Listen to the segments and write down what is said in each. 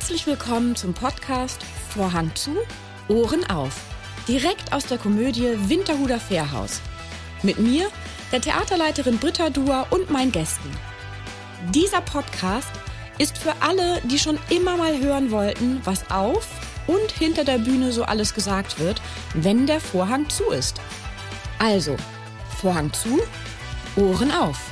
Herzlich willkommen zum Podcast Vorhang zu, Ohren auf. Direkt aus der Komödie Winterhuder Fährhaus. Mit mir, der Theaterleiterin Britta Duhr und meinen Gästen. Dieser Podcast ist für alle, die schon immer mal hören wollten, was auf und hinter der Bühne so alles gesagt wird, wenn der Vorhang zu ist. Also, Vorhang zu, Ohren auf.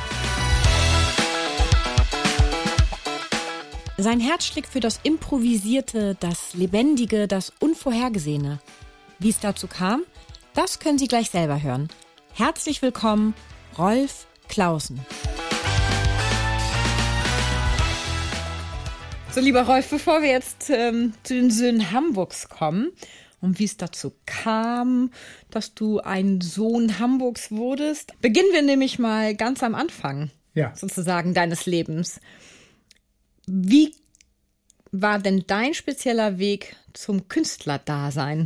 Sein Herz schlägt für das Improvisierte, das Lebendige, das Unvorhergesehene. Wie es dazu kam, das können Sie gleich selber hören. Herzlich willkommen, Rolf Clausen. So, lieber Rolf, bevor wir jetzt zu den Söhnen Hamburgs kommen und wie es dazu kam, dass du ein Sohn Hamburgs wurdest, beginnen wir nämlich mal ganz am Anfang, sozusagen deines Lebens. Wie war denn dein spezieller Weg zum Künstlerdasein?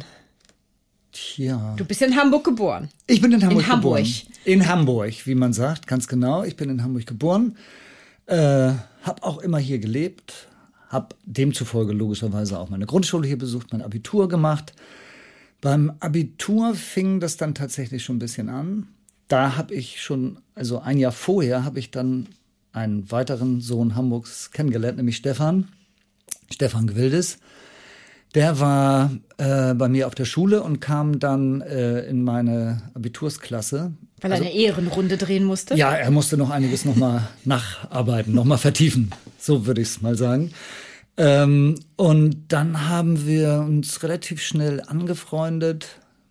Tja. Du bist in Hamburg geboren. Ich bin in Hamburg geboren. Hamburg. In Hamburg, wie man sagt, ganz genau. Ich bin in Hamburg geboren, habe auch immer hier gelebt, habe demzufolge logischerweise auch meine Grundschule hier besucht, mein Abitur gemacht. Beim Abitur fing das dann tatsächlich schon ein bisschen an. Da habe ich schon, also ein Jahr vorher, habe ich dann einen weiteren Sohn Hamburgs kennengelernt, nämlich Stefan Gwildes. Der war bei mir auf der Schule und kam dann in meine Abitursklasse. Weil er eine Ehrenrunde drehen musste? Ja, er musste noch einiges nochmal nacharbeiten, nochmal vertiefen. So würde ich es mal sagen. Und dann haben wir uns relativ schnell angefreundet.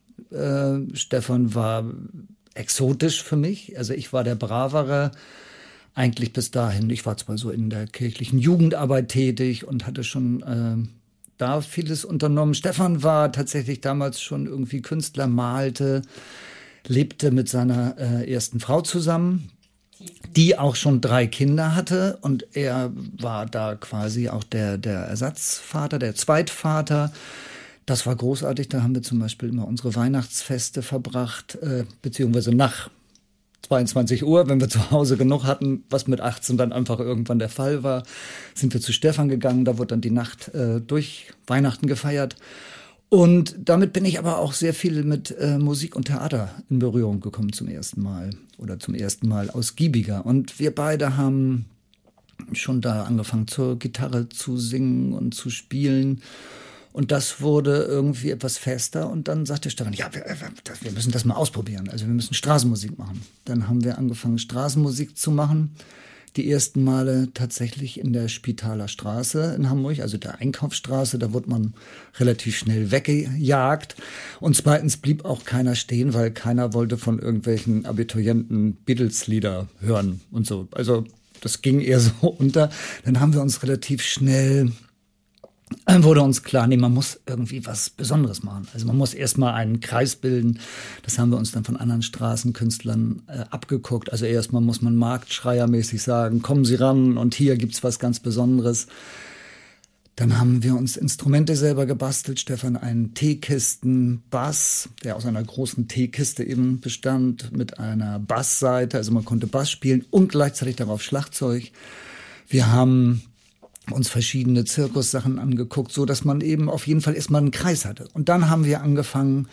Stefan war exotisch für mich. Also ich war der Bravere. Eigentlich bis dahin. Ich war zwar so in der kirchlichen Jugendarbeit tätig und hatte schon da vieles unternommen. Stefan war tatsächlich damals schon irgendwie Künstler, malte, lebte mit seiner ersten Frau zusammen, die auch schon 3 Kinder hatte. Und er war da quasi auch der Ersatzvater, der Zweitvater. Das war großartig. Da haben wir zum Beispiel immer unsere Weihnachtsfeste verbracht, beziehungsweise nach 22 Uhr, wenn wir zu Hause genug hatten, was mit 18 dann einfach irgendwann der Fall war, sind wir zu Stefan gegangen. Da wurde dann die Nacht durch Weihnachten gefeiert. Und damit bin ich aber auch sehr viel mit Musik und Theater in Berührung gekommen zum ersten Mal ausgiebiger. Und wir beide haben schon da angefangen, zur Gitarre zu singen und zu spielen. Und das wurde irgendwie etwas fester. Und dann sagte Stefan, ja, wir müssen das mal ausprobieren. Also wir müssen Straßenmusik machen. Dann haben wir angefangen, Straßenmusik zu machen. Die ersten Male tatsächlich in der Spitaler Straße in Hamburg, also der Einkaufsstraße. Da wurde man relativ schnell weggejagt. Und zweitens blieb auch keiner stehen, weil keiner wollte von irgendwelchen Abiturienten Beatles-Lieder hören und so. Also das ging eher so unter. Dann haben wir uns relativ schnell... wurde uns klar, nee, man muss irgendwie was Besonderes machen. Also man muss erstmal einen Kreis bilden. Das haben wir uns dann von anderen Straßenkünstlern abgeguckt. Also erstmal muss man marktschreiermäßig sagen, kommen Sie ran und hier gibt's was ganz Besonderes. Dann haben wir uns Instrumente selber gebastelt. Stefan einen Teekisten-Bass, der aus einer großen Teekiste eben bestand, mit einer Bassseite. Also man konnte Bass spielen und gleichzeitig darauf Schlagzeug. Wir haben uns verschiedene Zirkussachen angeguckt, so dass man eben auf jeden Fall erstmal einen Kreis hatte. Und dann haben wir angefangen,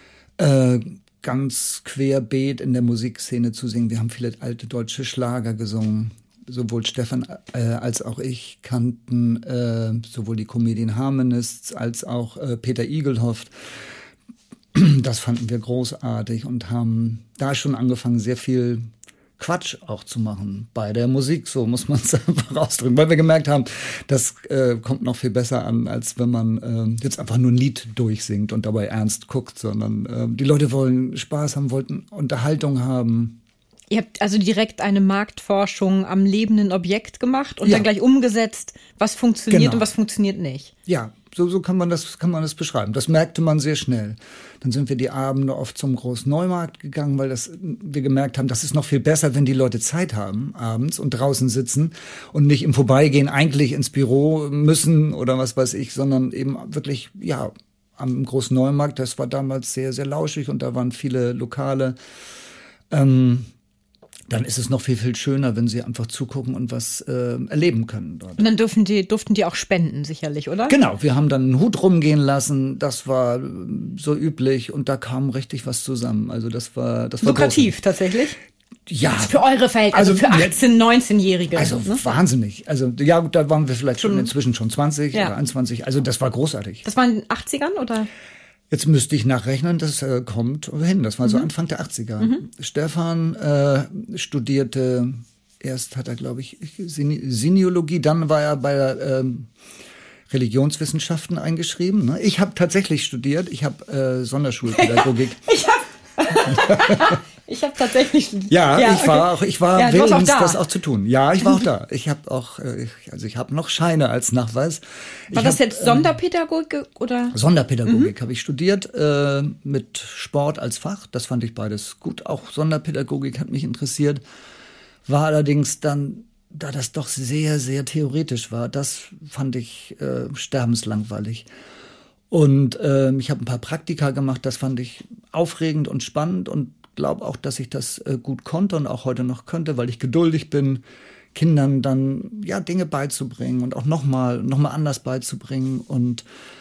ganz querbeet in der Musikszene zu singen. Wir haben viele alte deutsche Schlager gesungen. Sowohl Stefan als auch ich kannten sowohl die Comedian Harmonists als auch Peter Igelhoff. Das fanden wir großartig und haben da schon angefangen, sehr viel Quatsch auch zu machen bei der Musik, so muss man es einfach ausdrücken, weil wir gemerkt haben, das kommt noch viel besser an, als wenn man jetzt einfach nur ein Lied durchsingt und dabei ernst guckt, sondern die Leute wollen Spaß haben, wollten Unterhaltung haben. Ihr habt also direkt eine Marktforschung am lebenden Objekt gemacht und dann gleich umgesetzt, was funktioniert und was funktioniert nicht. Ja, so kann man das beschreiben. Das merkte man sehr schnell. Dann sind wir die Abende oft zum Großneumarkt gegangen, weil wir gemerkt haben, das ist noch viel besser, wenn die Leute Zeit haben abends und draußen sitzen und nicht im Vorbeigehen eigentlich ins Büro müssen oder was weiß ich, sondern eben wirklich, ja, am Großneumarkt. Das war damals sehr, sehr lauschig und da waren viele Lokale. dann ist es noch viel, viel schöner, wenn sie einfach zugucken und was erleben können dort. Und dann durften die auch spenden, sicherlich, oder? Genau, wir haben dann einen Hut rumgehen lassen, das war so üblich und da kam richtig was zusammen. Also das war lukrativ, tatsächlich? Ja. Also für eure Verhältnisse, also für 18-, 19-Jährige. Also ne? Wahnsinnig. Also ja, da waren wir vielleicht schon inzwischen schon 20 oder 21. Also das war großartig. Das war in den 80ern, oder? Jetzt müsste ich nachrechnen, das kommt hin. Das war so Anfang der 80er. Stefan studierte, erst hat er, glaube ich, Sinologie, dann war er bei Religionswissenschaften eingeschrieben. Ne? Ich habe tatsächlich studiert, ich habe Sonderschulpädagogik. Ich habe tatsächlich studiert. Ja, ich war willens, da. das auch zu tun. Ja, ich war auch da. Ich habe auch, ich habe noch Scheine als Nachweis. War das jetzt Sonderpädagogik oder? Sonderpädagogik habe ich studiert mit Sport als Fach. Das fand ich beides gut. Auch Sonderpädagogik hat mich interessiert. War allerdings dann, da das doch sehr, sehr theoretisch war, das fand ich sterbenslangweilig. Und ich habe ein paar Praktika gemacht, das fand ich aufregend und spannend und glaube auch, dass ich das gut konnte und auch heute noch könnte, weil ich geduldig bin, Kindern dann ja Dinge beizubringen und auch noch mal anders beizubringen. Und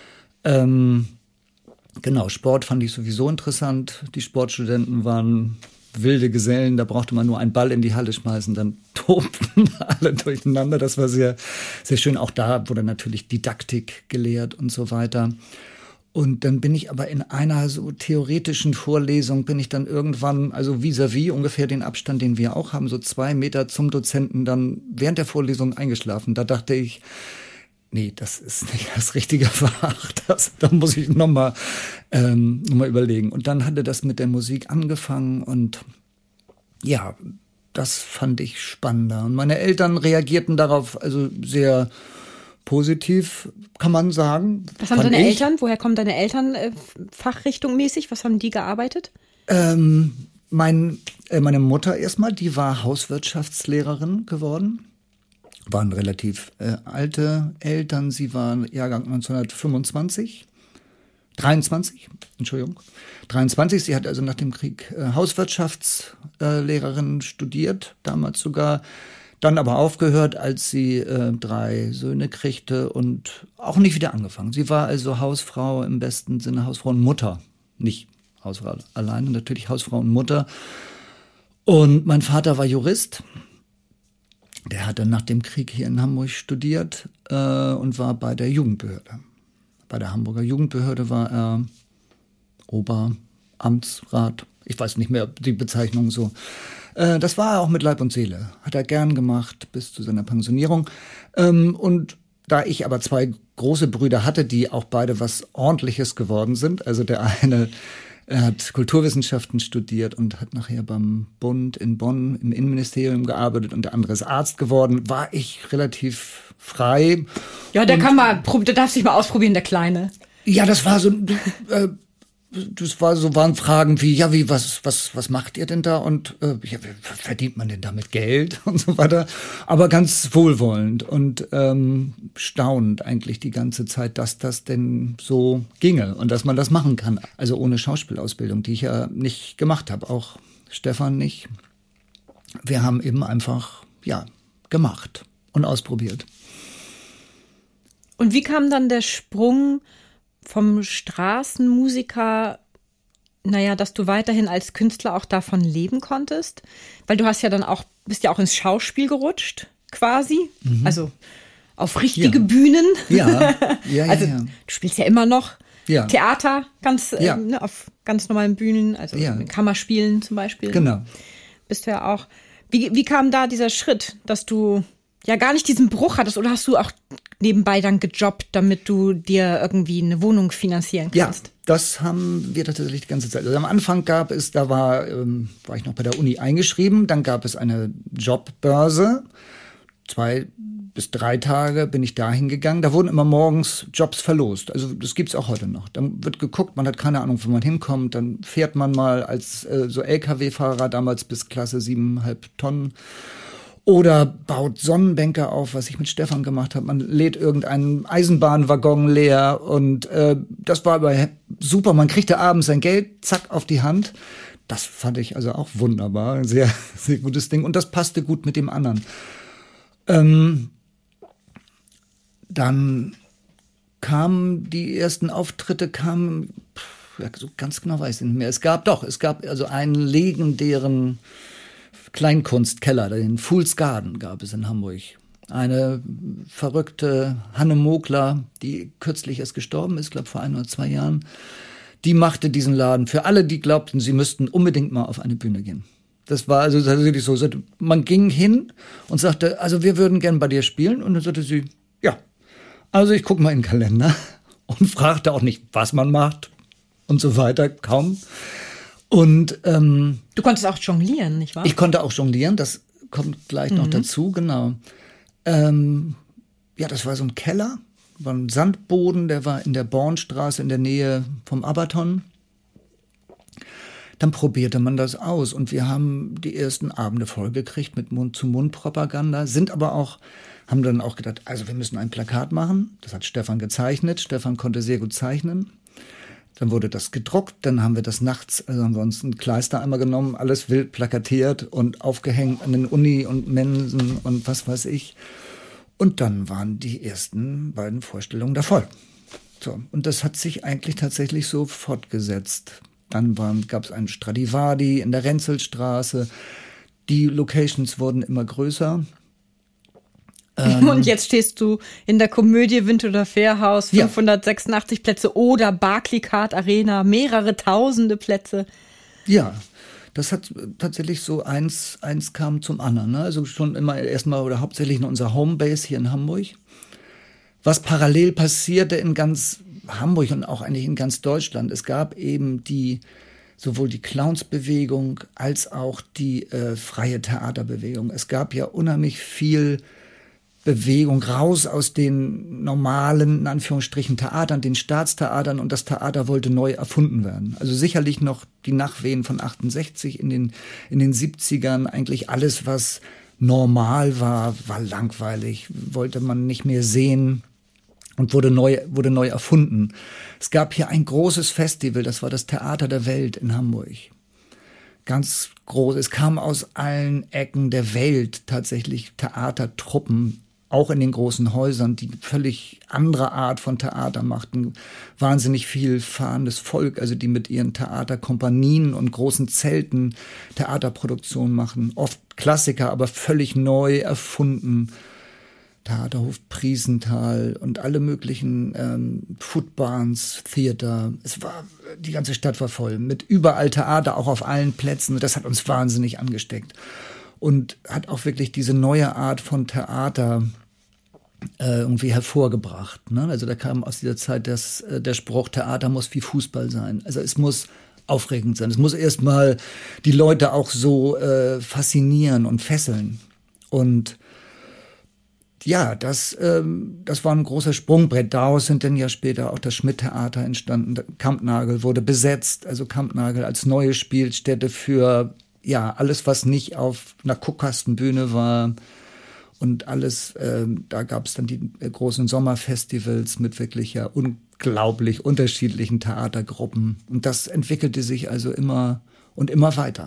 genau, Sport fand ich sowieso interessant. Die Sportstudenten waren wilde Gesellen, da brauchte man nur einen Ball in die Halle schmeißen, dann tobten alle durcheinander. Das war sehr, sehr schön. Auch da wurde natürlich Didaktik gelehrt und so weiter. Und dann bin ich aber in einer so theoretischen Vorlesung, bin ich dann irgendwann, also vis-à-vis ungefähr den Abstand, den wir auch haben, so 2 Meter zum Dozenten, dann während der Vorlesung eingeschlafen. Da dachte ich, nee, das ist nicht das richtige Fach. Da muss ich noch mal überlegen. Und dann hatte das mit der Musik angefangen und ja, das fand ich spannender. Und meine Eltern reagierten darauf also sehr positiv, kann man sagen. Was haben deine Eltern? Woher kommen deine Eltern fachrichtungmäßig? Was haben die gearbeitet? Meine Mutter erstmal, die war Hauswirtschaftslehrerin geworden. Waren relativ alte Eltern. Sie waren Jahrgang 1923. 23. Sie hat also nach dem Krieg Hauswirtschaftslehrerin studiert, damals sogar. Dann aber aufgehört, als sie 3 Söhne kriegte und auch nicht wieder angefangen. Sie war also Hausfrau im besten Sinne, Hausfrau und Mutter. Nicht Hausfrau alleine, natürlich Hausfrau und Mutter. Und mein Vater war Jurist. Der hat dann nach dem Krieg hier in Hamburg studiert und war bei der Jugendbehörde. Bei der Hamburger Jugendbehörde war er Oberamtsrat. Ich weiß nicht mehr die Bezeichnung so. Das war er auch mit Leib und Seele. Hat er gern gemacht bis zu seiner Pensionierung. Und da ich aber 2 große Brüder hatte, die auch beide was Ordentliches geworden sind, also der eine hat Kulturwissenschaften studiert und hat nachher beim Bund in Bonn im Innenministerium gearbeitet und der andere ist Arzt geworden, war ich relativ frei. Ja, der darf sich mal ausprobieren, der Kleine. Ja, das war so... waren Fragen wie, ja, was macht ihr denn da und ja, verdient man denn damit Geld und so weiter, aber ganz wohlwollend und staunend eigentlich die ganze Zeit, dass das denn so ginge und dass man das machen kann. Also ohne Schauspielausbildung, die ich ja nicht gemacht habe, auch Stefan nicht. Wir haben eben einfach, ja, gemacht und ausprobiert. Und wie kam dann der Sprung vom Straßenmusiker, dass du weiterhin als Künstler auch davon leben konntest? Weil du bist ja auch ins Schauspiel gerutscht, quasi. Also auf richtige Bühnen. Ja. Also du spielst ja immer noch Theater, auf ganz normalen Bühnen, also Kammerspielen zum Beispiel. Genau. Bist du ja auch. Wie kam da dieser Schritt, dass du ja gar nicht diesen Bruch hattest, oder hast du auch nebenbei dann gejobbt, damit du dir irgendwie eine Wohnung finanzieren kannst? Ja, das haben wir tatsächlich die ganze Zeit. Also am Anfang war ich noch bei der Uni eingeschrieben, dann gab es eine Jobbörse. 2 bis 3 Tage bin ich dahin gegangen. Da wurden immer morgens Jobs verlost. Also das gibt's auch heute noch. Dann wird geguckt, man hat keine Ahnung, wo man hinkommt. Dann fährt man mal als so LKW-Fahrer, damals bis Klasse 7,5 Tonnen. Oder baut Sonnenbänke auf, was ich mit Stefan gemacht habe. Man lädt irgendeinen Eisenbahnwaggon leer und das war aber super. Man kriegte abends sein Geld, zack, auf die Hand. Das fand ich also auch wunderbar. Ein sehr, sehr gutes Ding. Und das passte gut mit dem anderen. Dann kamen die ersten Auftritte, so ganz genau weiß ich nicht mehr. Es gab also einen legendären Kleinkunstkeller, den Fool's Garden gab es in Hamburg. Eine verrückte Hanne Mogler, die kürzlich erst gestorben ist, glaube vor 1 oder 2 Jahren, die machte diesen Laden für alle, die glaubten, sie müssten unbedingt mal auf eine Bühne gehen. Das war also tatsächlich so. Man ging hin und sagte, also wir würden gern bei dir spielen. Und dann sagte sie, ja, also ich gucke mal in den Kalender und fragte auch nicht, was man macht und so weiter, kaum. Und du konntest auch jonglieren, nicht wahr? Ich konnte auch jonglieren, das kommt gleich noch dazu, genau. Ja, das war so ein Keller, war ein Sandboden, der war in der Bornstraße in der Nähe vom Abaton. Dann probierte man das aus und wir haben die ersten Abende vollgekriegt mit Mund-zu-Mund-Propaganda, haben dann auch gedacht, also wir müssen ein Plakat machen. Das hat Stefan gezeichnet. Stefan konnte sehr gut zeichnen. Dann wurde das gedruckt, dann haben wir das nachts, also haben wir uns einen Kleister einmal genommen, alles wild plakatiert und aufgehängt an den Uni und Mensen und was weiß ich. Und dann waren die ersten beiden Vorstellungen da voll. So, und das hat sich eigentlich tatsächlich so fortgesetzt. Dann gab es einen Stradivari in der Renzelstraße. Die Locations wurden immer größer. Und jetzt stehst du in der Komödie Windhuder Fährhaus, 586 Plätze oder Barclaycard Arena, mehrere tausende Plätze. Ja, das hat tatsächlich so eins kam zum anderen. Ne? Also schon immer erstmal oder hauptsächlich in unserer Homebase hier in Hamburg. Was parallel passierte in ganz Hamburg und auch eigentlich in ganz Deutschland. Es gab eben sowohl die Clownsbewegung als auch die freie Theaterbewegung. Es gab ja unheimlich viel Bewegung raus aus den normalen, in Anführungsstrichen, Theatern, den Staatstheatern, und das Theater wollte neu erfunden werden. Also sicherlich noch die Nachwehen von 68 in den 70ern, eigentlich alles, was normal war langweilig, wollte man nicht mehr sehen und wurde neu erfunden. Es gab hier ein großes Festival, das war das Theater der Welt in Hamburg. Ganz groß. Es kamen aus allen Ecken der Welt tatsächlich Theatertruppen, auch in den großen Häusern, die völlig andere Art von Theater machten. Wahnsinnig viel fahrendes Volk, also die mit ihren Theaterkompanien und großen Zelten Theaterproduktionen machen. Oft Klassiker, aber völlig neu erfunden. Theaterhof Priesenthal und alle möglichen Footbahns, Theater. Die ganze Stadt war voll mit überall Theater, auch auf allen Plätzen. Das hat uns wahnsinnig angesteckt und hat auch wirklich diese neue Art von Theater irgendwie hervorgebracht. Ne? Also da kam aus dieser Zeit der Spruch, Theater muss wie Fußball sein. Also es muss aufregend sein. Es muss erstmal die Leute auch so faszinieren und fesseln. Und ja, das war ein großer Sprungbrett. Daraus sind dann ja später auch das Schmidt-Theater entstanden. Kampnagel wurde besetzt, also Kampnagel als neue Spielstätte für alles, was nicht auf einer Guckkastenbühne war. Und alles, da gab es dann die großen Sommerfestivals mit wirklich unglaublich unterschiedlichen Theatergruppen. Und das entwickelte sich also immer und immer weiter.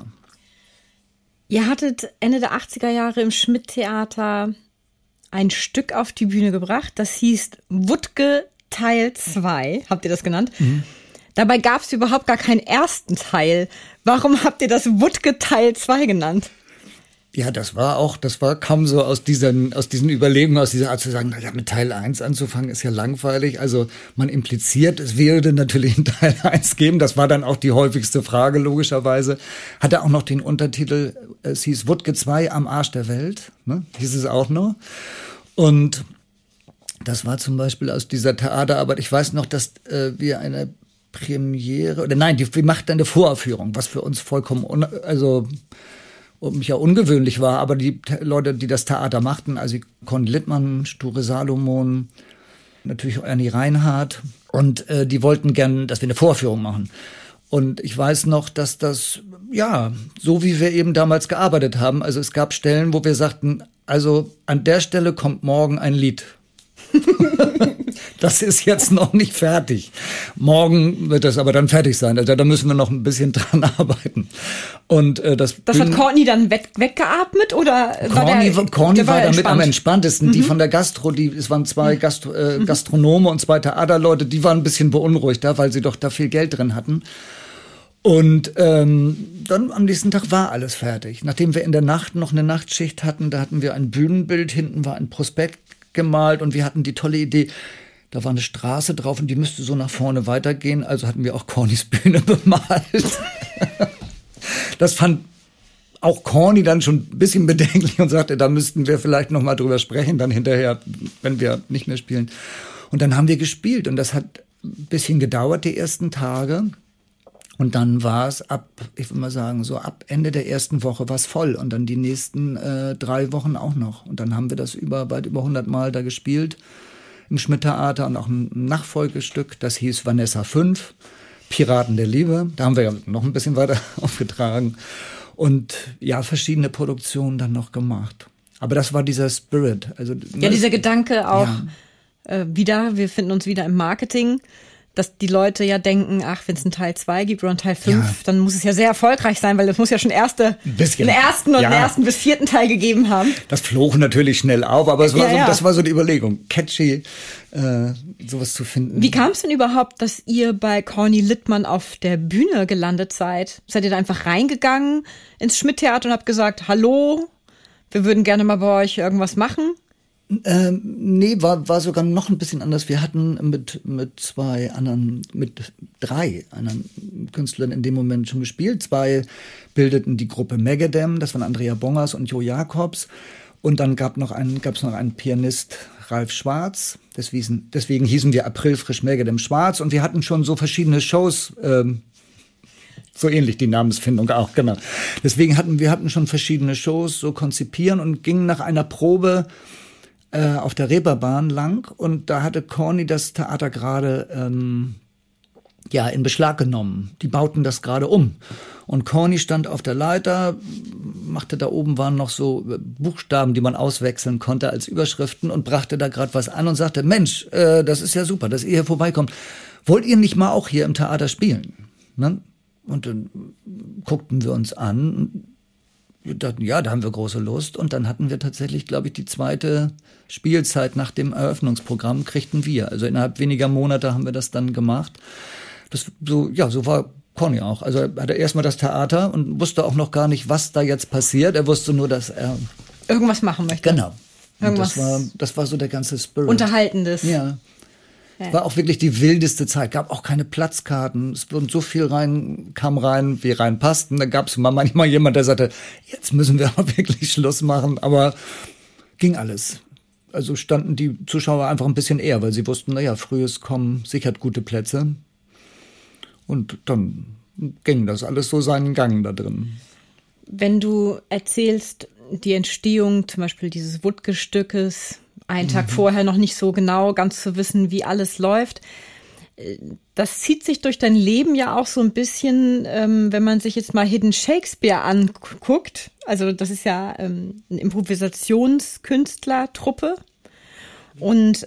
Ihr hattet Ende der 80er Jahre im Schmidt-Theater ein Stück auf die Bühne gebracht, das hieß Wuttke Teil 2, habt ihr das genannt? Mhm. Dabei gab es überhaupt gar keinen ersten Teil. Warum habt ihr das Wuttke Teil 2 genannt? Ja, das kam so aus diesen Überlegungen, aus dieser Art zu sagen, naja, mit Teil 1 anzufangen ist ja langweilig. Also man impliziert, es würde natürlich einen Teil 1 geben. Das war dann auch die häufigste Frage, logischerweise. Hatte auch noch den Untertitel, es hieß Wuttke 2 am Arsch der Welt, ne? Hieß es auch noch. Und das war zum Beispiel aus dieser Theaterarbeit. Ich weiß noch, dass wir eine Premiere, wir machten eine Voraufführung, was für uns vollkommen ungewöhnlich war, aber die Leute, die das Theater machten, also Conny Littmann, Sture Salomon, natürlich auch Ernie Reinhardt, und die wollten gern, dass wir eine Vorführung machen. Und ich weiß noch, dass das, so wie wir eben damals gearbeitet haben, also es gab Stellen, wo wir sagten, also an der Stelle kommt morgen ein Lied. Das ist jetzt noch nicht fertig. Morgen wird das aber dann fertig sein. Also da müssen wir noch ein bisschen dran arbeiten. Und das hat Courtney dann weggeatmet oder Courtney war damit am entspanntesten. Die von der Gastro, es waren zwei Gastronome und zwei Theaterleute, die waren ein bisschen beunruhigt da, weil sie doch da viel Geld drin hatten. Und dann am nächsten Tag war alles fertig. Nachdem wir in der Nacht noch eine Nachtschicht hatten, da hatten wir ein Bühnenbild, hinten war ein Prospekt gemalt und wir hatten die tolle Idee, da war eine Straße drauf und die müsste so nach vorne weitergehen, also hatten wir auch Cornys Bühne bemalt. Das fand auch Corny dann schon ein bisschen bedenklich und sagte, da müssten wir vielleicht noch mal drüber sprechen, dann hinterher, wenn wir nicht mehr spielen. Und dann haben wir gespielt und das hat ein bisschen gedauert, die ersten Tage. Und dann war es ich würde mal sagen, so ab Ende der ersten Woche war es voll. Und dann die nächsten 3 Wochen auch noch. Und dann haben wir das weit über 100 Mal da gespielt im Schmidt-Theater. Und auch ein Nachfolgestück, das hieß Vanessa 5, Piraten der Liebe. Da haben wir ja noch ein bisschen weiter aufgetragen. Und ja, verschiedene Produktionen dann noch gemacht. Aber das war dieser Spirit. Also, ja, dieser Gedanke auch wir finden uns wieder im Marketing. Dass die Leute ja denken, ach, wenn es einen Teil 2 gibt oder einen Teil 5, dann muss es ja sehr erfolgreich sein, weil es muss ja schon einen ersten bis 4. Teil gegeben haben. Das flog natürlich schnell auf, aber das war so die Überlegung, catchy, sowas zu finden. Wie kam es denn überhaupt, dass ihr bei Corny Littmann auf der Bühne gelandet seid? Seid ihr da einfach reingegangen ins Schmidt-Theater und habt gesagt, hallo, wir würden gerne mal bei euch irgendwas machen? Nee, war sogar noch ein bisschen anders. Wir hatten mit 3 anderen Künstlern in dem Moment schon gespielt. 2 bildeten die Gruppe Megadem, das waren Andrea Bongers und Jo Jakobs. Und dann gab's noch einen Pianist, Ralf Schwarz. Deswegen hießen wir Aprilfrisch Megadem Schwarz. Und wir hatten schon so verschiedene Shows, so ähnlich die Namensfindung auch, genau. Deswegen hatten schon verschiedene Shows so konzipieren und gingen nach einer Probe auf der Reeperbahn lang und da hatte Corny das Theater gerade in Beschlag genommen. Die bauten das gerade um. Und Corny stand auf der Leiter, da oben waren noch so Buchstaben, die man auswechseln konnte als Überschriften und brachte da gerade was an und sagte, Mensch, das ist ja super, dass ihr hier vorbeikommt. Wollt ihr nicht mal auch hier im Theater spielen? Ne? Und dann guckten wir uns an. Wir dachten, ja, da haben wir große Lust. Und dann hatten wir tatsächlich, glaube ich, die 2. Spielzeit nach dem Eröffnungsprogramm kriegten wir. Also innerhalb weniger Monate haben wir das dann gemacht. So war Corny auch. Also er hatte erstmal das Theater und wusste auch noch gar nicht, was da jetzt passiert. Er wusste nur, dass er irgendwas machen möchte. Genau. Das war so der ganze Spirit. Unterhaltendes. Ja. War auch wirklich die wildeste Zeit. Gab auch keine Platzkarten. Es wurden so viel kam rein, wie reinpassten. Da gab es manchmal jemand, der sagte, jetzt müssen wir aber wirklich Schluss machen. Aber ging alles. Also standen die Zuschauer einfach ein bisschen eher, weil sie wussten, frühes Kommen sichert gute Plätze. Und dann ging das alles so seinen Gang da drin. Wenn du erzählst, die Entstehung zum Beispiel dieses Wuttke-Stückes, einen Tag vorher noch nicht so genau ganz zu wissen, wie alles läuft. Das zieht sich durch dein Leben ja auch so ein bisschen, wenn man sich jetzt mal Hidden Shakespeare anguckt. Also das ist ja eine Improvisationskünstlertruppe. Und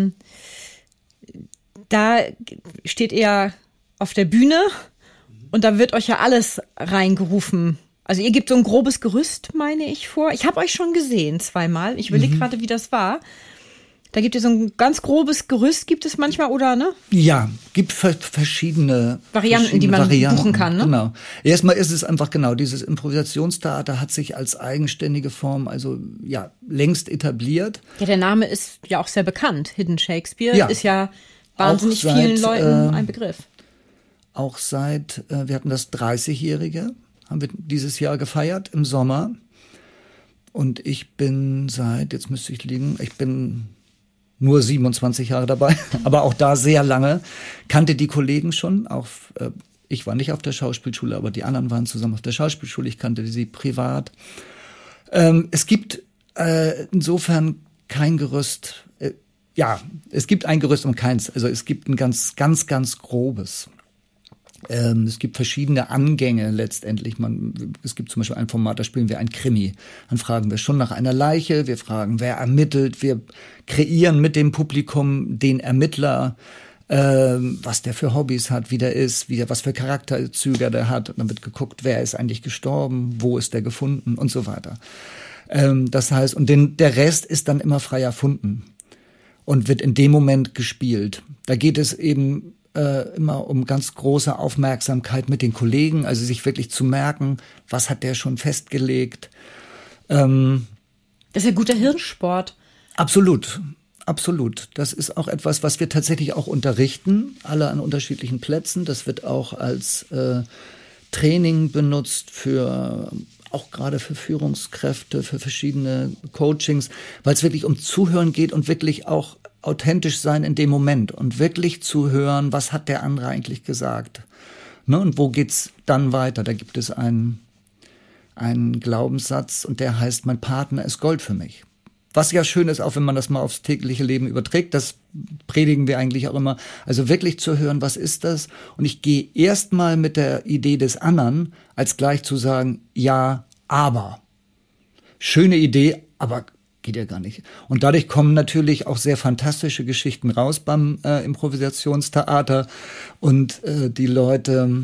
da steht er auf der Bühne und da wird euch ja alles reingerufen. Also ihr gebt so ein grobes Gerüst, meine ich, vor. Ich habe euch schon gesehen 2-mal. Ich überlege gerade, wie das war. Da gibt es so ein ganz grobes Gerüst, gibt es manchmal, oder, ne? Ja, gibt verschiedene Varianten, die man buchen kann, ne? Genau. Erstmal ist es einfach dieses Improvisationstheater hat sich als eigenständige Form, längst etabliert. Ja, der Name ist ja auch sehr bekannt. Hidden Shakespeare ist ja wahnsinnig vielen Leuten ein Begriff. Auch wir hatten das 30-Jährige. Haben wir dieses Jahr gefeiert im Sommer. Und ich bin jetzt müsste ich liegen, ich bin nur 27 Jahre dabei, aber auch da sehr lange, kannte die Kollegen schon, ich war nicht auf der Schauspielschule, aber die anderen waren zusammen auf der Schauspielschule, ich kannte sie privat. Es gibt insofern kein Gerüst, es gibt ein Gerüst und keins, also es gibt ein ganz, ganz, ganz grobes. Es gibt verschiedene Angänge letztendlich. Es gibt zum Beispiel ein Format, da spielen wir ein Krimi. Dann fragen wir schon nach einer Leiche, wir fragen, wer ermittelt, wir kreieren mit dem Publikum den Ermittler, was der für Hobbys hat, wie der ist, was für Charakterzüge der hat. Und dann wird geguckt, wer ist eigentlich gestorben, wo ist der gefunden und so weiter. Das heißt, und der Rest ist dann immer frei erfunden und wird in dem Moment gespielt. Da geht es eben immer um ganz große Aufmerksamkeit mit den Kollegen, also sich wirklich zu merken, was hat der schon festgelegt. Das ist ja guter Hirnsport. Absolut. Absolut. Das ist auch etwas, was wir tatsächlich auch unterrichten, alle an unterschiedlichen Plätzen. Das wird auch als Training benutzt auch gerade für Führungskräfte, für verschiedene Coachings, weil es wirklich um Zuhören geht und wirklich auch authentisch sein in dem Moment und wirklich zu hören, was hat der andere eigentlich gesagt, ne? Und wo geht's dann weiter? Da gibt es einen Glaubenssatz und der heißt, mein Partner ist Gold für mich. Was ja schön ist, auch wenn man das mal aufs tägliche Leben überträgt, das predigen wir eigentlich auch immer. Also wirklich zu hören, was ist das? Und ich gehe erst mal mit der Idee des anderen, als gleich zu sagen, ja, aber. Schöne Idee, aber geht ja gar nicht. Und dadurch kommen natürlich auch sehr fantastische Geschichten raus beim Improvisationstheater. Und die Leute,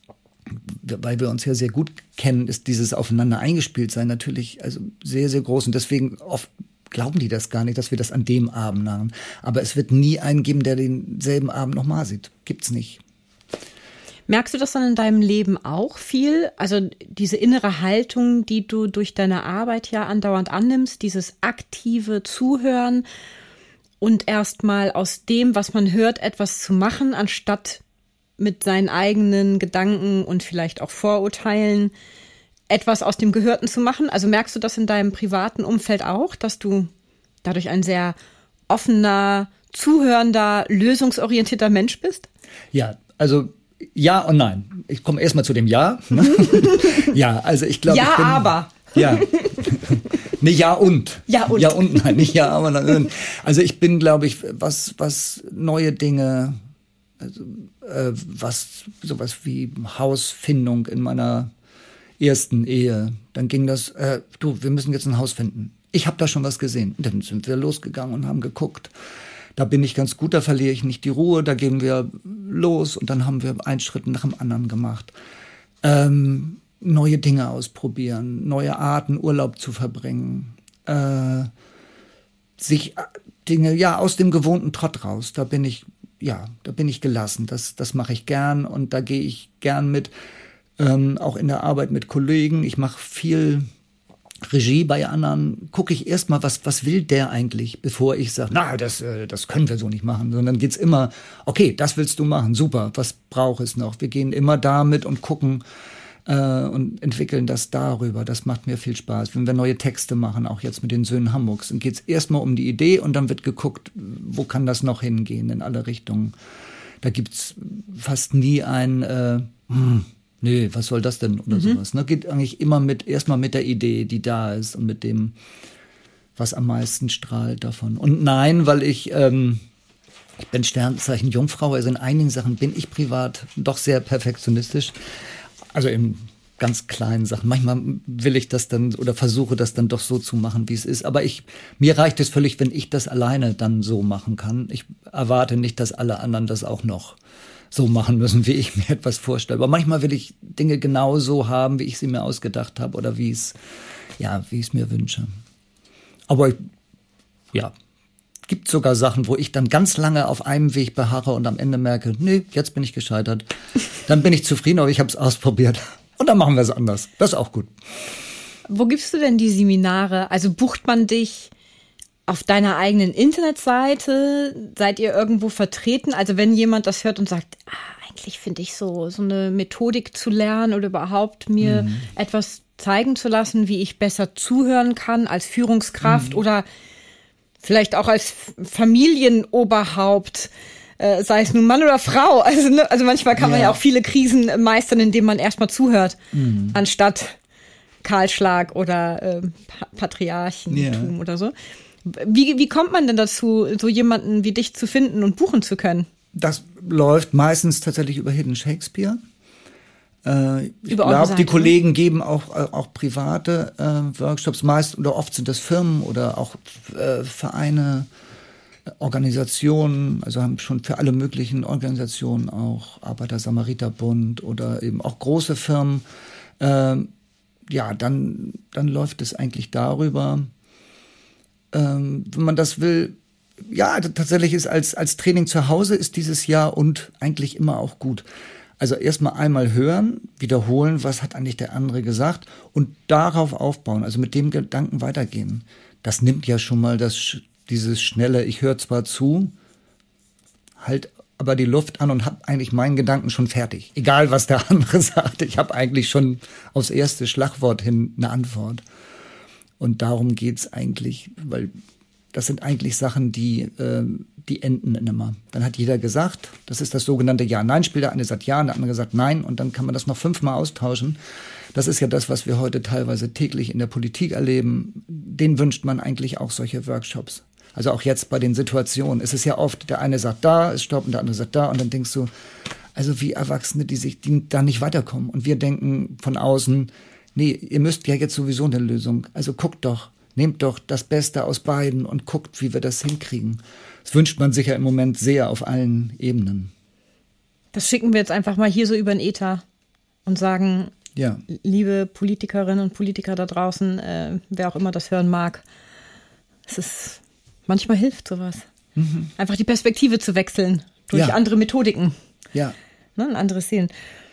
weil wir uns ja sehr gut kennen, ist dieses Aufeinander eingespielt sein natürlich also sehr, sehr groß. Und deswegen oft glauben die das gar nicht, dass wir das an dem Abend machen. Aber es wird nie einen geben, der denselben Abend nochmal sieht. Gibt's nicht. Merkst du das dann in deinem Leben auch viel? Also diese innere Haltung, die du durch deine Arbeit ja andauernd annimmst, dieses aktive Zuhören und erstmal aus dem, was man hört, etwas zu machen, anstatt mit seinen eigenen Gedanken und vielleicht auch Vorurteilen etwas aus dem Gehörten zu machen? Also merkst du das in deinem privaten Umfeld auch, dass du dadurch ein sehr offener, zuhörender, lösungsorientierter Mensch bist? Ja, also ja und nein. Ich komme erstmal zu dem Ja. Ne? Ja, also ich glaube. Ja, aber. Ja. Nee, ja und. Ja und. Ja und nein, nicht ja, aber nein. Also ich bin, glaube ich, was neue Dinge, also was sowas wie Hausfindung in meiner ersten Ehe, dann ging das, wir müssen jetzt ein Haus finden. Ich habe da schon was gesehen. Und dann sind wir losgegangen und haben geguckt. Da bin ich ganz gut, da verliere ich nicht die Ruhe, da gehen wir los und dann haben wir einen Schritt nach dem anderen gemacht. Neue Dinge ausprobieren, neue Arten, Urlaub zu verbringen, sich Dinge, ja, aus dem gewohnten Trott raus, da bin ich gelassen, das mache ich gern und da gehe ich gern mit, auch in der Arbeit mit Kollegen, ich mache viel Regie bei anderen, gucke ich erstmal, was will der eigentlich, bevor ich sage, na, das können wir so nicht machen, sondern geht's immer, okay, das willst du machen, super, was braucht es noch? Wir gehen immer damit und gucken und entwickeln das darüber, das macht mir viel Spaß. Wenn wir neue Texte machen, auch jetzt mit den Söhnen Hamburgs, dann geht's erstmal um die Idee und dann wird geguckt, wo kann das noch hingehen, in alle Richtungen. Da gibt's fast nie ein nee, was soll das denn oder sowas. Ne? Geht eigentlich immer erstmal mit der Idee, die da ist und mit dem, was am meisten strahlt davon. Und nein, weil ich bin Sternzeichen Jungfrau, also in einigen Sachen bin ich privat doch sehr perfektionistisch. Also in ganz kleinen Sachen. Manchmal will ich das dann oder versuche das dann doch so zu machen, wie es ist. Aber mir reicht es völlig, wenn ich das alleine dann so machen kann. Ich erwarte nicht, dass alle anderen das auch noch so machen müssen, wie ich mir etwas vorstelle. Aber manchmal will ich Dinge genau so haben, wie ich sie mir ausgedacht habe oder wie ich es mir wünsche. Aber gibt sogar Sachen, wo ich dann ganz lange auf einem Weg beharre und am Ende merke, nee, jetzt bin ich gescheitert. Dann bin ich zufrieden, aber ich habe es ausprobiert. Und dann machen wir es anders. Das ist auch gut. Wo gibst du denn die Seminare? Also bucht man dich auf deiner eigenen Internetseite? Seid ihr irgendwo vertreten? Also wenn jemand das hört und sagt, eigentlich finde ich so eine Methodik zu lernen oder überhaupt mir etwas zeigen zu lassen, wie ich besser zuhören kann als Führungskraft oder vielleicht auch als Familienoberhaupt, sei es nun Mann oder Frau. Also manchmal kann man ja auch viele Krisen meistern, indem man erstmal zuhört, anstatt Kahlschlag oder Patriarchentum oder so. Wie kommt man denn dazu, so jemanden wie dich zu finden und buchen zu können? Das läuft meistens tatsächlich über Hidden Shakespeare. Ich glaube, die Kollegen geben auch private Workshops, meist oder oft sind das Firmen oder auch Vereine, Organisationen, also haben schon für alle möglichen Organisationen auch Arbeiter-Samariter-Bund oder eben auch große Firmen. Dann läuft es eigentlich darüber, wenn man das will. Ja, tatsächlich ist als Training zu Hause ist dieses Jahr und eigentlich immer auch gut. Also erstmal einmal hören, wiederholen, was hat eigentlich der andere gesagt und darauf aufbauen, also mit dem Gedanken weitergehen. Das nimmt ja schon mal dieses schnelle, ich höre zwar zu, halt aber die Luft an und habe eigentlich meinen Gedanken schon fertig. Egal, was der andere sagt, ich habe eigentlich schon aufs erste Schlagwort hin eine Antwort. Und darum geht's eigentlich, weil das sind eigentlich Sachen, die enden immer. Dann hat jeder gesagt, das ist das sogenannte Ja-Nein-Spiel. Der eine sagt Ja und der andere sagt Nein und dann kann man das noch 5-mal austauschen. Das ist ja das, was wir heute teilweise täglich in der Politik erleben. Den wünscht man eigentlich auch solche Workshops. Also auch jetzt bei den Situationen. Es ist ja oft, der eine sagt da, ist Stopp und der andere sagt da und dann denkst du, also wie Erwachsene, die da nicht weiterkommen. Und wir denken von außen, nee, ihr müsst ja jetzt sowieso eine Lösung. Also guckt doch, nehmt doch das Beste aus beiden und guckt, wie wir das hinkriegen. Das wünscht man sich ja im Moment sehr auf allen Ebenen. Das schicken wir jetzt einfach mal hier so über den Äther und sagen, ja, liebe Politikerinnen und Politiker da draußen, wer auch immer das hören mag, manchmal hilft sowas. Mhm. Einfach die Perspektive zu wechseln durch andere Methodiken. Ja. Ne, ein anderes Sehen.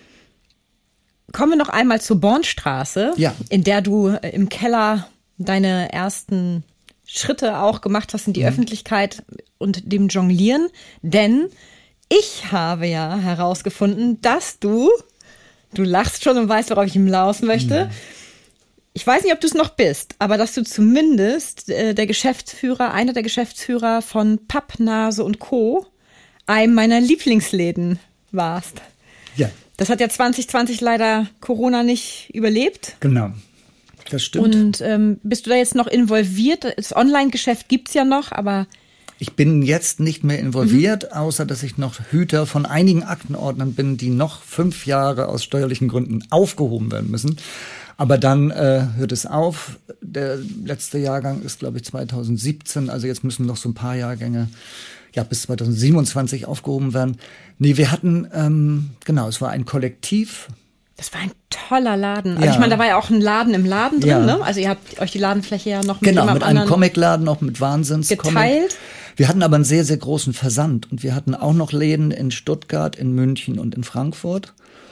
Kommen wir noch einmal zur Bornstraße, in der du im Keller deine ersten Schritte auch gemacht hast in die Öffentlichkeit und dem Jonglieren. Denn ich habe ja herausgefunden, dass du lachst schon und weißt, worauf ich hinaus möchte. Ich weiß nicht, ob du es noch bist, aber dass du zumindest einer der Geschäftsführer von Pappnase und Co., einem meiner Lieblingsläden warst. Ja. Das hat ja 2020 leider Corona nicht überlebt. Genau, das stimmt. Und bist du da jetzt noch involviert? Das Online-Geschäft gibt's ja noch, aber... Ich bin jetzt nicht mehr involviert, außer dass ich noch Hüter von einigen Aktenordnern bin, die noch 5 Jahre aus steuerlichen Gründen aufgehoben werden müssen. Aber dann hört es auf. Der letzte Jahrgang ist, glaube ich, 2017. Also jetzt müssen noch so ein paar Jahrgänge bis 2027 aufgehoben werden. Nee, wir hatten, es war ein Kollektiv. Das war ein toller Laden. Also ich meine, da war ja auch ein Laden im Laden drin, ne? Also ihr habt euch die Ladenfläche ja noch mit einem Comicladen, auch mit Wahnsinns-Comic geteilt. Wir hatten aber einen sehr, sehr großen Versand. Und wir hatten auch noch Läden in Stuttgart, in München und in Frankfurt.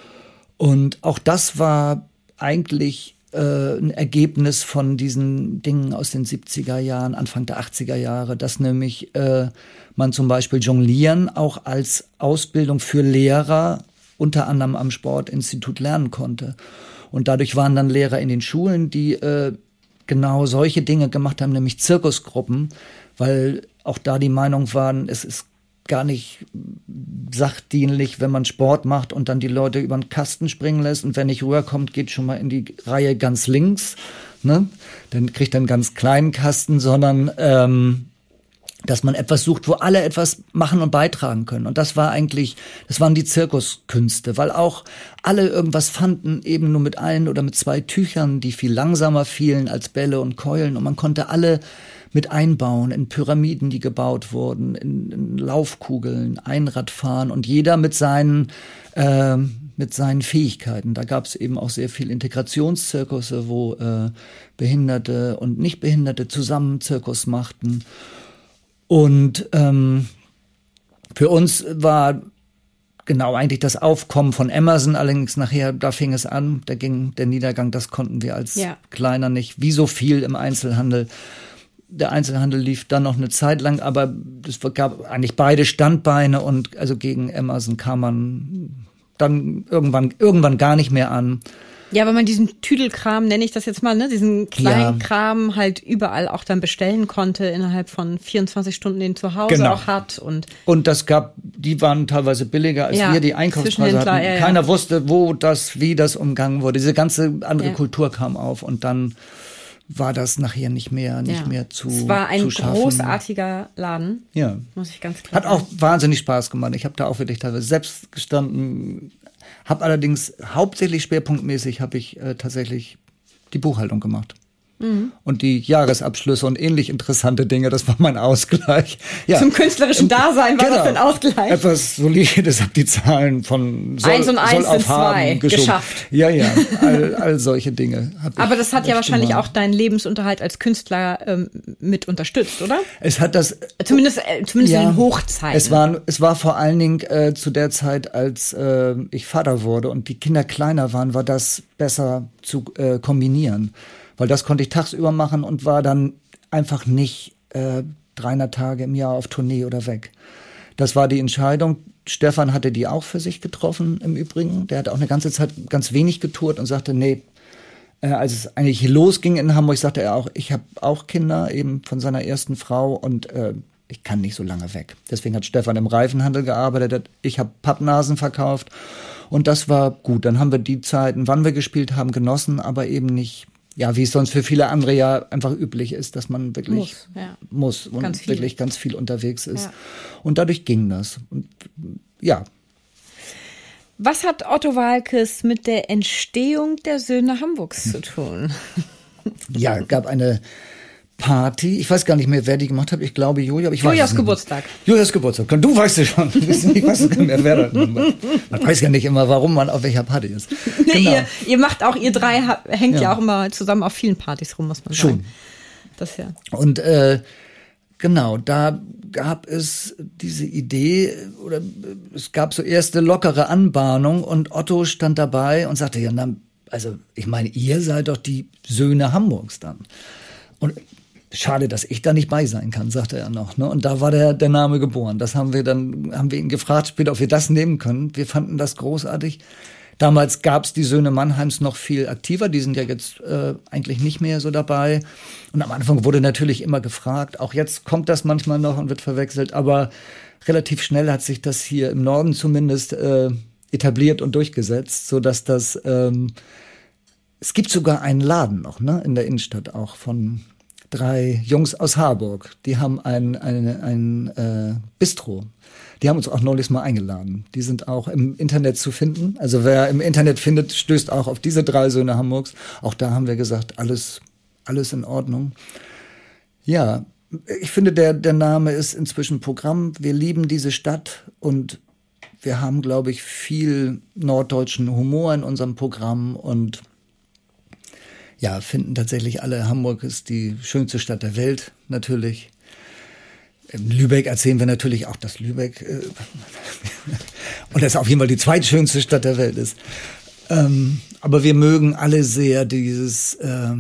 Und auch das war eigentlich ein Ergebnis von diesen Dingen aus den 70er Jahren, Anfang der 80er Jahre, dass nämlich man zum Beispiel Jonglieren auch als Ausbildung für Lehrer unter anderem am Sportinstitut lernen konnte. Und dadurch waren dann Lehrer in den Schulen, die genau solche Dinge gemacht haben, nämlich Zirkusgruppen, weil auch da die Meinung waren, es ist gar nicht sachdienlich, wenn man Sport macht und dann die Leute über den Kasten springen lässt und wer nicht rüberkommt, geht schon mal in die Reihe ganz links, ne? Dann kriegt er einen ganz kleinen Kasten, sondern dass man etwas sucht, wo alle etwas machen und beitragen können. Und das waren die Zirkuskünste, weil auch alle irgendwas fanden, eben nur mit 1 oder mit 2 Tüchern, die viel langsamer fielen als Bälle und Keulen. Und man konnte alle mit einbauen in Pyramiden, die gebaut wurden, in Laufkugeln, Einradfahren und jeder mit seinen Fähigkeiten. Da gab es eben auch sehr viel Integrationszirkusse, wo Behinderte und Nichtbehinderte zusammen Zirkus machten. Und für uns war genau eigentlich das Aufkommen von Emerson, allerdings nachher, da fing es an, da ging der Niedergang, das konnten wir als Kleiner nicht, wie so viel im Einzelhandel. Der Einzelhandel lief dann noch eine Zeit lang, aber es gab eigentlich beide Standbeine und also gegen Emerson kam man dann irgendwann gar nicht mehr an. Ja, weil man diesen Tüdelkram, nenne ich das jetzt mal, ne, diesen kleinen Kram halt überall auch dann bestellen konnte, innerhalb von 24 Stunden den zu Hause auch hat. Und die waren teilweise billiger als wir, die Einkaufspreise hatten. Keiner wusste, wie das umgangen wurde. Diese ganze andere Kultur kam auf und dann war das nachher nicht mehr zu schaffen. Es war ein großartiger Laden, muss ich ganz klar sagen. Hat auch wahnsinnig Spaß gemacht. Ich habe da auch wirklich teilweise selbst gestanden, Habe allerdings hauptsächlich schwerpunktmäßig habe ich tatsächlich die Buchhaltung gemacht. Und die Jahresabschlüsse und ähnlich interessante Dinge, das war mein Ausgleich. Ja. Zum künstlerischen Dasein war das ein Ausgleich. Etwas Solides, habe die Zahlen von soll auf haben geschafft. Ja, all solche Dinge. Aber das hat ja wahrscheinlich auch deinen Lebensunterhalt als Künstler mit unterstützt, oder? Es hat das zumindest in den Hochzeiten. Es war vor allen Dingen zu der Zeit, als ich Vater wurde und die Kinder kleiner waren, war das besser zu kombinieren. Weil das konnte ich tagsüber machen und war dann einfach nicht 300 Tage im Jahr auf Tournee oder weg. Das war die Entscheidung. Stefan hatte die auch für sich getroffen im Übrigen. Der hat auch eine ganze Zeit ganz wenig getourt und sagte, nee, als es eigentlich losging in Hamburg, sagte er auch, ich habe auch Kinder, eben von seiner ersten Frau und ich kann nicht so lange weg. Deswegen hat Stefan im Reifenhandel gearbeitet, ich habe Pappnasen verkauft und das war gut. Dann haben wir die Zeiten, wann wir gespielt haben, genossen, aber eben nicht, ja, wie es sonst für viele andere ja einfach üblich ist, dass man wirklich muss und wirklich ganz viel unterwegs ist. Ja. Und dadurch ging das. Und, ja. Was hat Otto Waalkes mit der Entstehung der Söhne Hamburgs zu tun? Ja, gab eine Party. Ich weiß gar nicht mehr, wer die gemacht hat. Ich glaube Julia. Aber Julias Geburtstag. Julias Geburtstag. Du weißt es schon. Ich weiß es gar nicht mehr, wer das ist. Man weiß ja nicht immer, warum man auf welcher Party ist. Genau. Ihr macht auch, ihr drei hängt ja auch immer zusammen auf vielen Partys rum, muss man sagen. Schon. Das ja. Und genau, da gab es diese Idee, oder es gab so erste lockere Anbahnung und Otto stand dabei und sagte, ja, na, also ich meine, ihr seid doch die Söhne Hamburgs dann. Und schade, dass ich da nicht bei sein kann, sagte er noch. Ne? Und da war der Name geboren. Das haben wir ihn gefragt später, ob wir das nehmen können. Wir fanden das großartig. Damals gab es die Söhne Mannheims noch viel aktiver. Die sind ja jetzt eigentlich nicht mehr so dabei. Und am Anfang wurde natürlich immer gefragt. Auch jetzt kommt das manchmal noch und wird verwechselt. Aber relativ schnell hat sich das hier im Norden zumindest etabliert und durchgesetzt, sodass das es gibt sogar einen Laden noch, ne, in der Innenstadt auch von 3 Jungs aus Harburg. Die haben ein Bistro. Die haben uns auch neulich mal eingeladen. Die sind auch im Internet zu finden. Also wer im Internet findet, stößt auch auf diese 3 Söhne Hamburgs. Auch da haben wir gesagt, alles in Ordnung. Ja, ich finde, der Name ist inzwischen Programm. Wir lieben diese Stadt und wir haben, glaube ich, viel norddeutschen Humor in unserem Programm und ja, finden tatsächlich alle, Hamburg ist die schönste Stadt der Welt, natürlich. In Lübeck erzählen wir natürlich auch, dass Lübeck und das auf jeden Fall die zweitschönste Stadt der Welt ist. Aber wir mögen alle sehr dieses,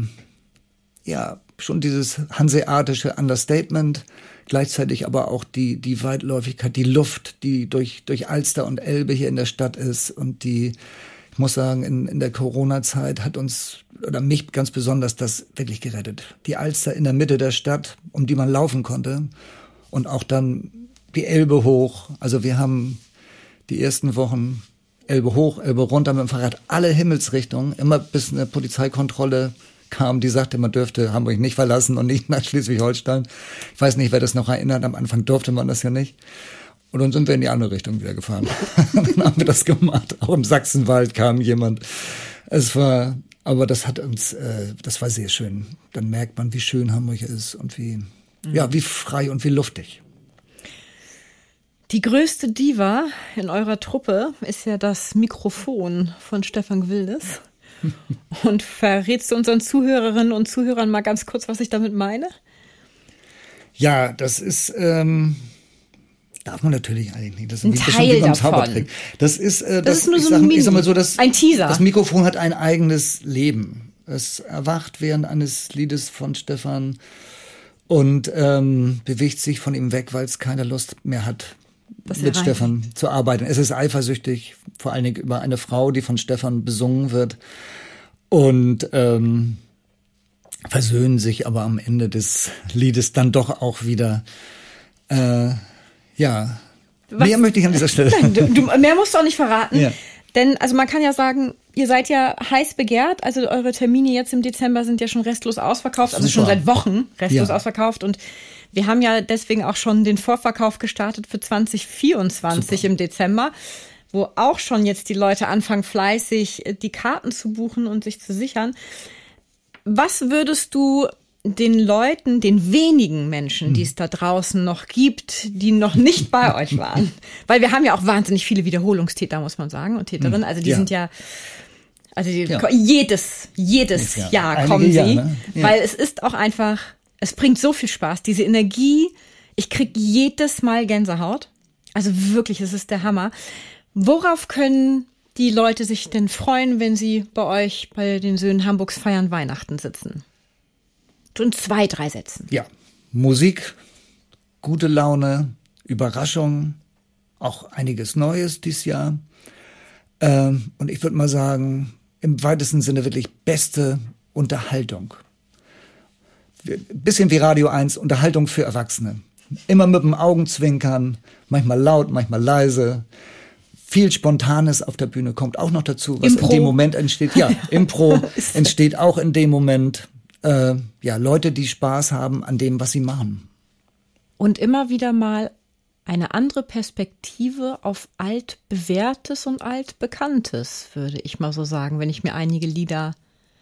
schon dieses hanseatische Understatement, gleichzeitig aber auch die Weitläufigkeit, die Luft, die durch Alster und Elbe hier in der Stadt ist und ich muss sagen, in der Corona-Zeit hat uns, oder mich ganz besonders, das wirklich gerettet. Die Alster in der Mitte der Stadt, um die man laufen konnte. Und auch dann die Elbe hoch. Also wir haben die ersten Wochen Elbe hoch, Elbe runter mit dem Fahrrad, alle Himmelsrichtungen, immer bis eine Polizeikontrolle kam, die sagte, man dürfte Hamburg nicht verlassen und nicht nach Schleswig-Holstein. Ich weiß nicht, wer das noch erinnert, am Anfang durfte man das ja nicht. Und dann sind wir in die andere Richtung wieder gefahren. Dann haben wir das gemacht. Auch im Sachsenwald kam jemand. Aber das hat uns, das war sehr schön. Dann merkt man, wie schön Hamburg ist und wie frei und wie luftig. Die größte Diva in eurer Truppe ist ja das Mikrofon von Stefan Gwildes. Und verrätst du unseren Zuhörerinnen und Zuhörern mal ganz kurz, was ich damit meine? Ja, das ist, darf man natürlich eigentlich nicht. Das ist ein Teil davon. Das ist nur so ein Teaser. Das Mikrofon hat ein eigenes Leben. Es erwacht während eines Liedes von Stefan und bewegt sich von ihm weg, weil es keine Lust mehr hat, mit Stefan zu arbeiten. Es ist eifersüchtig, vor allen Dingen über eine Frau, die von Stefan besungen wird. Und versöhnen sich aber am Ende des Liedes dann doch auch wieder. Ja, mehr möchte ich an dieser Stelle. Nein, mehr musst du auch nicht verraten. Ja. Denn, also man kann ja sagen, ihr seid ja heiß begehrt. Also eure Termine jetzt im Dezember sind ja schon restlos ausverkauft. Also schon seit Wochen restlos ausverkauft. Und wir haben ja deswegen auch schon den Vorverkauf gestartet für 2024 im Dezember. wo auch schon jetzt die Leute anfangen, fleißig die Karten zu buchen und sich zu sichern. Was würdest du den Leuten, den wenigen Menschen, die es da draußen noch gibt, die noch nicht bei euch waren? Weil wir haben ja auch wahnsinnig viele Wiederholungstäter, muss man sagen, und Täterinnen. Also die sind ja, jedes Jahr kommen sie. Ne? Ja. Weil es ist auch einfach, es bringt so viel Spaß. Diese Energie, ich krieg jedes Mal Gänsehaut. Also wirklich, es ist der Hammer. Worauf können die Leute sich denn freuen, wenn sie bei euch bei den Söhnen Hamburgs feiern Weihnachten sitzen? In 2, 3 Sätzen. Ja, Musik, gute Laune, Überraschung, auch einiges Neues dieses Jahr. Und ich würde mal sagen, im weitesten Sinne wirklich beste Unterhaltung. Bisschen wie Radio 1, Unterhaltung für Erwachsene. Immer mit dem Augenzwinkern, manchmal laut, manchmal leise. Viel Spontanes auf der Bühne kommt auch noch dazu, was in dem Moment entsteht. Ja, Impro entsteht auch in dem Moment. Leute, die Spaß haben an dem, was sie machen. Und immer wieder mal eine andere Perspektive auf Altbewährtes und Altbekanntes, würde ich mal so sagen, wenn ich mir einige Lieder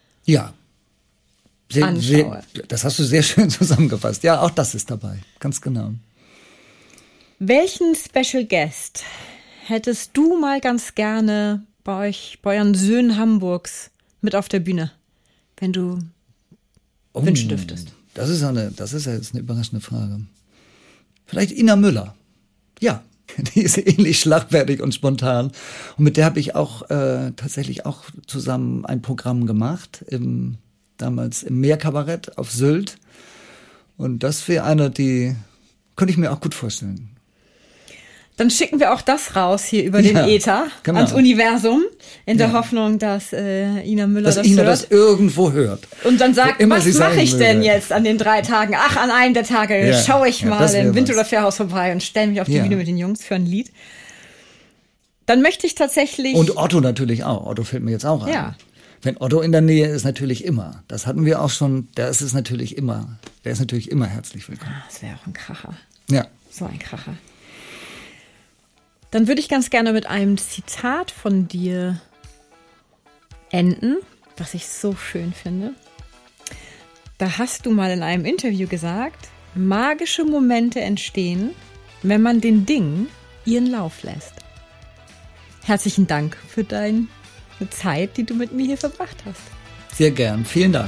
anschaue. Das hast du sehr schön zusammengefasst. Ja, auch das ist dabei, ganz genau. Welchen Special Guest hättest du mal ganz gerne bei euch, bei euren Söhnen Hamburgs mit auf der Bühne, wenn du wünschen dürftest? Das ist jetzt eine überraschende Frage. Vielleicht Ina Müller. Ja, die ist ähnlich schlagfertig und spontan. Und mit der habe ich auch tatsächlich auch zusammen ein Programm gemacht, damals im Meerkabarett auf Sylt. Und das wäre eine, die könnte ich mir auch gut vorstellen. Dann schicken wir auch das raus hier über den Äther ans Universum, in der Hoffnung, dass Ina Müller das irgendwo hört. Und dann sagt, was mache ich denn jetzt an den 3 Tagen? Ach, an einem der Tage schaue ich mal im Windhuder Fährhaus vorbei und stelle mich auf die Bühne mit den Jungs für ein Lied. Dann möchte ich tatsächlich... Und Otto natürlich auch. Otto fällt mir jetzt auch ein. Ja. Wenn Otto in der Nähe ist, natürlich immer. Das hatten wir auch schon. Der ist natürlich immer herzlich willkommen. Das wäre auch ein Kracher. Ja. So ein Kracher. Dann würde ich ganz gerne mit einem Zitat von dir enden, was ich so schön finde. Da hast du mal in einem Interview gesagt, magische Momente entstehen, wenn man den Dingen ihren Lauf lässt. Herzlichen Dank für deine Zeit, die du mit mir hier verbracht hast. Sehr gern. Vielen Dank.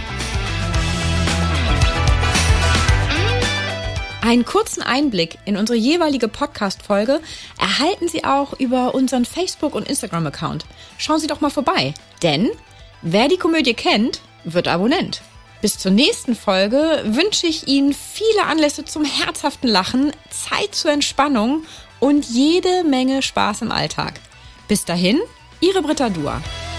Einen kurzen Einblick in unsere jeweilige Podcast-Folge erhalten Sie auch über unseren Facebook- und Instagram-Account. Schauen Sie doch mal vorbei, denn wer die Komödie kennt, wird Abonnent. Bis zur nächsten Folge wünsche ich Ihnen viele Anlässe zum herzhaften Lachen, Zeit zur Entspannung und jede Menge Spaß im Alltag. Bis dahin, Ihre Britta Dua.